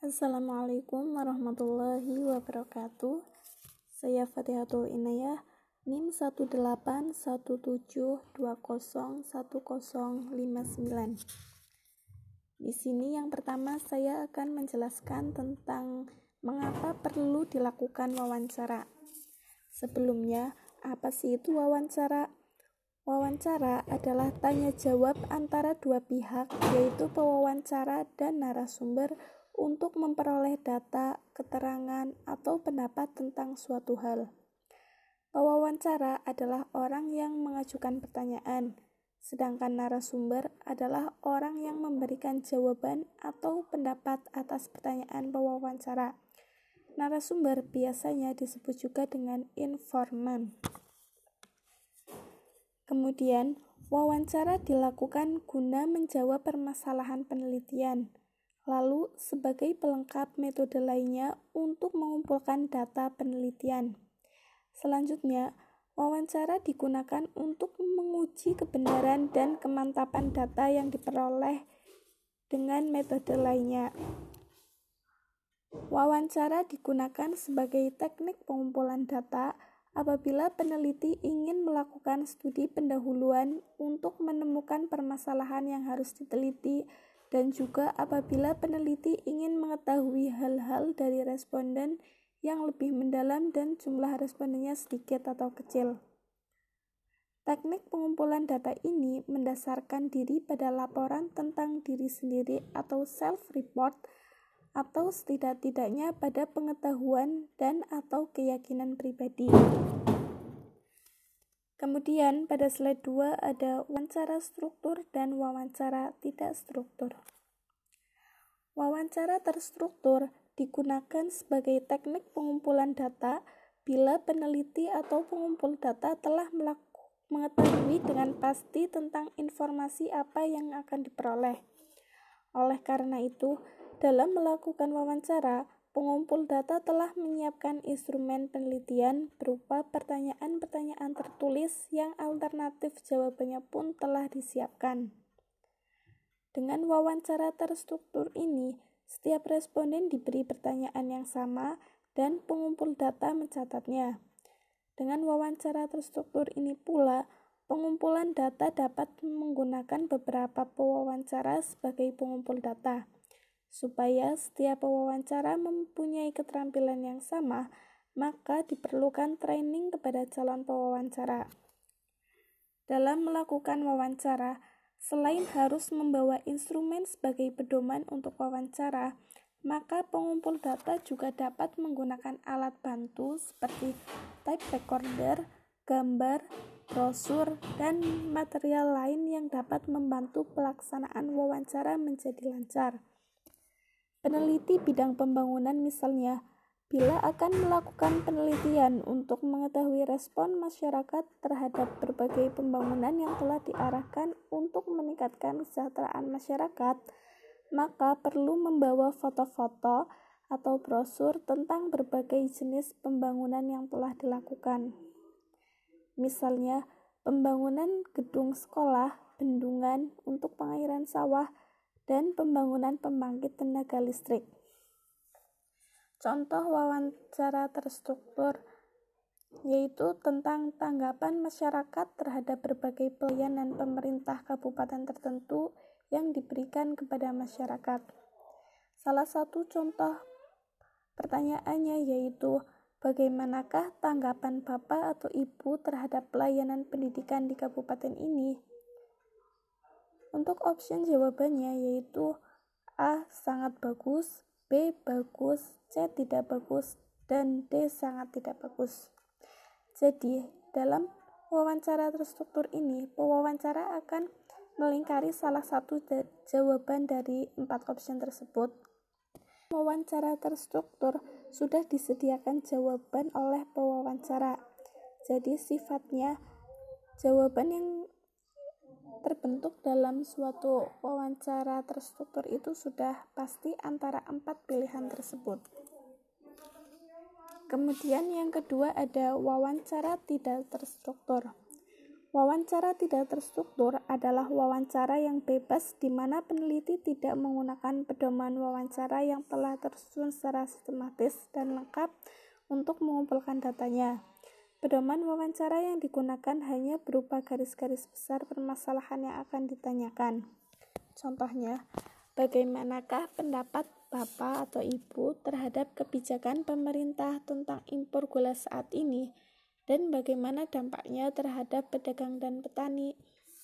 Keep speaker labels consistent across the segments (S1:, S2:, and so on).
S1: Assalamualaikum warahmatullahi wabarakatuh. Saya Fatihatul Inayah, NIM 18172010159. Di sini yang pertama saya akan menjelaskan tentang mengapa perlu dilakukan wawancara. Sebelumnya, apa sih itu wawancara? Wawancara adalah tanya jawab antara dua pihak, yaitu pewawancara dan narasumber, untuk memperoleh data, keterangan, atau pendapat tentang suatu hal. Pewawancara adalah orang yang mengajukan pertanyaan, sedangkan narasumber adalah orang yang memberikan jawaban atau pendapat atas pertanyaan pewawancara. Narasumber biasanya disebut juga dengan informan. Kemudian, wawancara dilakukan guna menjawab permasalahan penelitian. Lalu, sebagai pelengkap metode lainnya untuk mengumpulkan data penelitian. Selanjutnya, wawancara digunakan untuk menguji kebenaran dan kemantapan data yang diperoleh dengan metode lainnya. Wawancara digunakan sebagai teknik pengumpulan data apabila peneliti ingin melakukan studi pendahuluan untuk menemukan permasalahan yang harus diteliti, dan juga apabila peneliti ingin mengetahui hal-hal dari responden yang lebih mendalam dan jumlah respondennya sedikit atau kecil. Teknik pengumpulan data ini mendasarkan diri pada laporan tentang diri sendiri atau self-report, atau setidak-tidaknya pada pengetahuan dan atau keyakinan pribadi. Kemudian pada slide 2 ada wawancara struktur dan wawancara tidak struktur. Wawancara terstruktur digunakan sebagai teknik pengumpulan data bila peneliti atau pengumpul data telah mengetahui dengan pasti tentang informasi apa yang akan diperoleh. Oleh karena itu, dalam melakukan wawancara, pengumpul data telah menyiapkan instrumen penelitian berupa pertanyaan-pertanyaan tertulis yang alternatif jawabannya pun telah disiapkan. Dengan wawancara terstruktur ini, setiap responden diberi pertanyaan yang sama dan pengumpul data mencatatnya. Dengan wawancara terstruktur ini pula, pengumpulan data dapat menggunakan beberapa pewawancara sebagai pengumpul data. Supaya setiap pewawancara mempunyai keterampilan yang sama, maka diperlukan training kepada calon pewawancara. Dalam melakukan wawancara, selain harus membawa instrumen sebagai pedoman untuk wawancara, maka pengumpul data juga dapat menggunakan alat bantu seperti tape recorder, gambar, brosur, dan material lain yang dapat membantu pelaksanaan wawancara menjadi lancar. Peneliti bidang pembangunan misalnya, bila akan melakukan penelitian untuk mengetahui respon masyarakat terhadap berbagai pembangunan yang telah diarahkan untuk meningkatkan kesejahteraan masyarakat, maka perlu membawa foto-foto atau brosur tentang berbagai jenis pembangunan yang telah dilakukan. Misalnya, pembangunan gedung sekolah, bendungan untuk pengairan sawah, dan pembangunan pembangkit tenaga listrik. Contoh wawancara terstruktur yaitu tentang tanggapan masyarakat terhadap berbagai pelayanan pemerintah kabupaten tertentu yang diberikan kepada masyarakat. Salah satu contoh pertanyaannya yaitu, bagaimanakah tanggapan Bapak atau Ibu terhadap pelayanan pendidikan di kabupaten ini? Untuk opsi jawabannya yaitu A. Sangat bagus, B. Bagus, C. Tidak bagus, dan D. Sangat tidak bagus. Jadi, dalam wawancara terstruktur ini, pewawancara akan melingkari salah satu jawaban dari 4 opsi tersebut. Wawancara terstruktur sudah disediakan jawaban oleh pewawancara. Jadi, sifatnya jawaban yang terbentuk dalam suatu wawancara terstruktur itu sudah pasti antara 4 pilihan tersebut. Kemudian yang kedua ada wawancara tidak terstruktur. Wawancara tidak terstruktur adalah wawancara yang bebas di mana peneliti tidak menggunakan pedoman wawancara yang telah tersusun secara sistematis dan lengkap untuk mengumpulkan datanya. Pedoman wawancara yang digunakan hanya berupa garis-garis besar permasalahan yang akan ditanyakan. Contohnya, bagaimanakah pendapat Bapak atau Ibu terhadap kebijakan pemerintah tentang impor gula saat ini? Dan bagaimana dampaknya terhadap pedagang dan petani.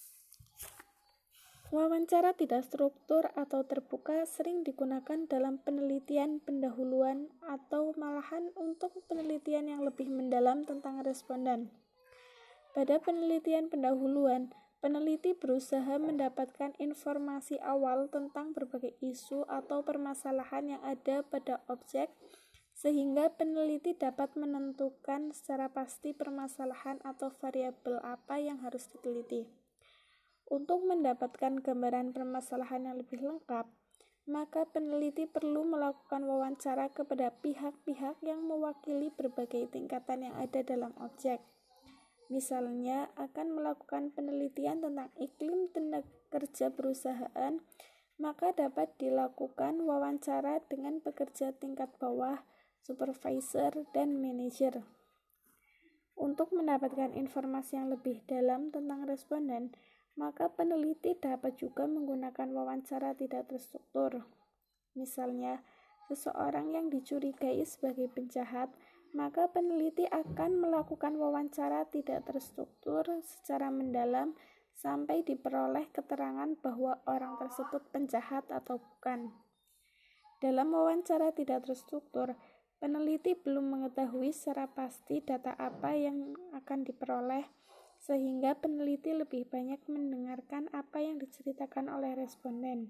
S1: Wawancara tidak struktur atau terbuka sering digunakan dalam penelitian pendahuluan atau malahan untuk penelitian yang lebih mendalam tentang responden. Pada penelitian pendahuluan, peneliti berusaha mendapatkan informasi awal tentang berbagai isu atau permasalahan yang ada pada objek, sehingga peneliti dapat menentukan secara pasti permasalahan atau variabel apa yang harus diteliti. Untuk mendapatkan gambaran permasalahan yang lebih lengkap, maka peneliti perlu melakukan wawancara kepada pihak-pihak yang mewakili berbagai tingkatan yang ada dalam objek. Misalnya, akan melakukan penelitian tentang iklim tenaga kerja perusahaan, maka dapat dilakukan wawancara dengan pekerja tingkat bawah, supervisor, dan manajer. Untuk mendapatkan informasi yang lebih dalam tentang responden, maka peneliti dapat juga menggunakan wawancara tidak terstruktur. Misalnya, seseorang yang dicurigai sebagai penjahat, maka peneliti akan melakukan wawancara tidak terstruktur secara mendalam sampai diperoleh keterangan bahwa orang tersebut penjahat atau bukan. Dalam wawancara tidak terstruktur, peneliti belum mengetahui secara pasti data apa yang akan diperoleh, sehingga peneliti lebih banyak mendengarkan apa yang diceritakan oleh responden.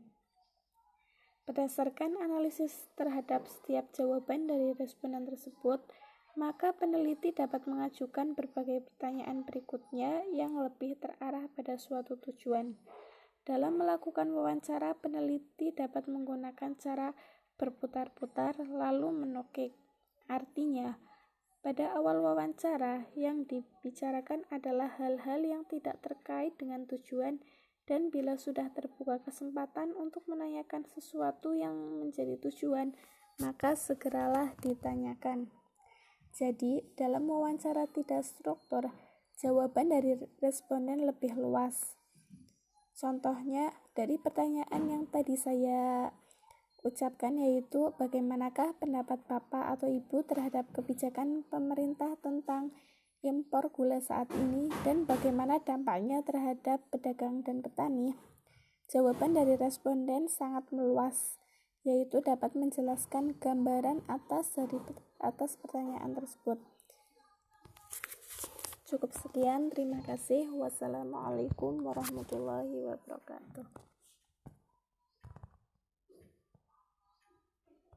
S1: Berdasarkan analisis terhadap setiap jawaban dari responden tersebut, maka peneliti dapat mengajukan berbagai pertanyaan berikutnya yang lebih terarah pada suatu tujuan. Dalam melakukan wawancara, peneliti dapat menggunakan cara berputar-putar lalu menukik. Artinya, pada awal wawancara, yang dibicarakan adalah hal-hal yang tidak terkait dengan tujuan, dan bila sudah terbuka kesempatan untuk menanyakan sesuatu yang menjadi tujuan, maka segeralah ditanyakan. Jadi, dalam wawancara tidak struktur, jawaban dari responden lebih luas. Contohnya, dari pertanyaan yang tadi saya ucapkan, yaitu bagaimanakah pendapat Bapak atau Ibu terhadap kebijakan pemerintah tentang impor gula saat ini dan bagaimana dampaknya terhadap pedagang dan petani. Jawaban dari responden sangat meluas, yaitu dapat menjelaskan gambaran atas pertanyaan tersebut. Cukup sekian, terima kasih. Wassalamualaikum warahmatullahi wabarakatuh.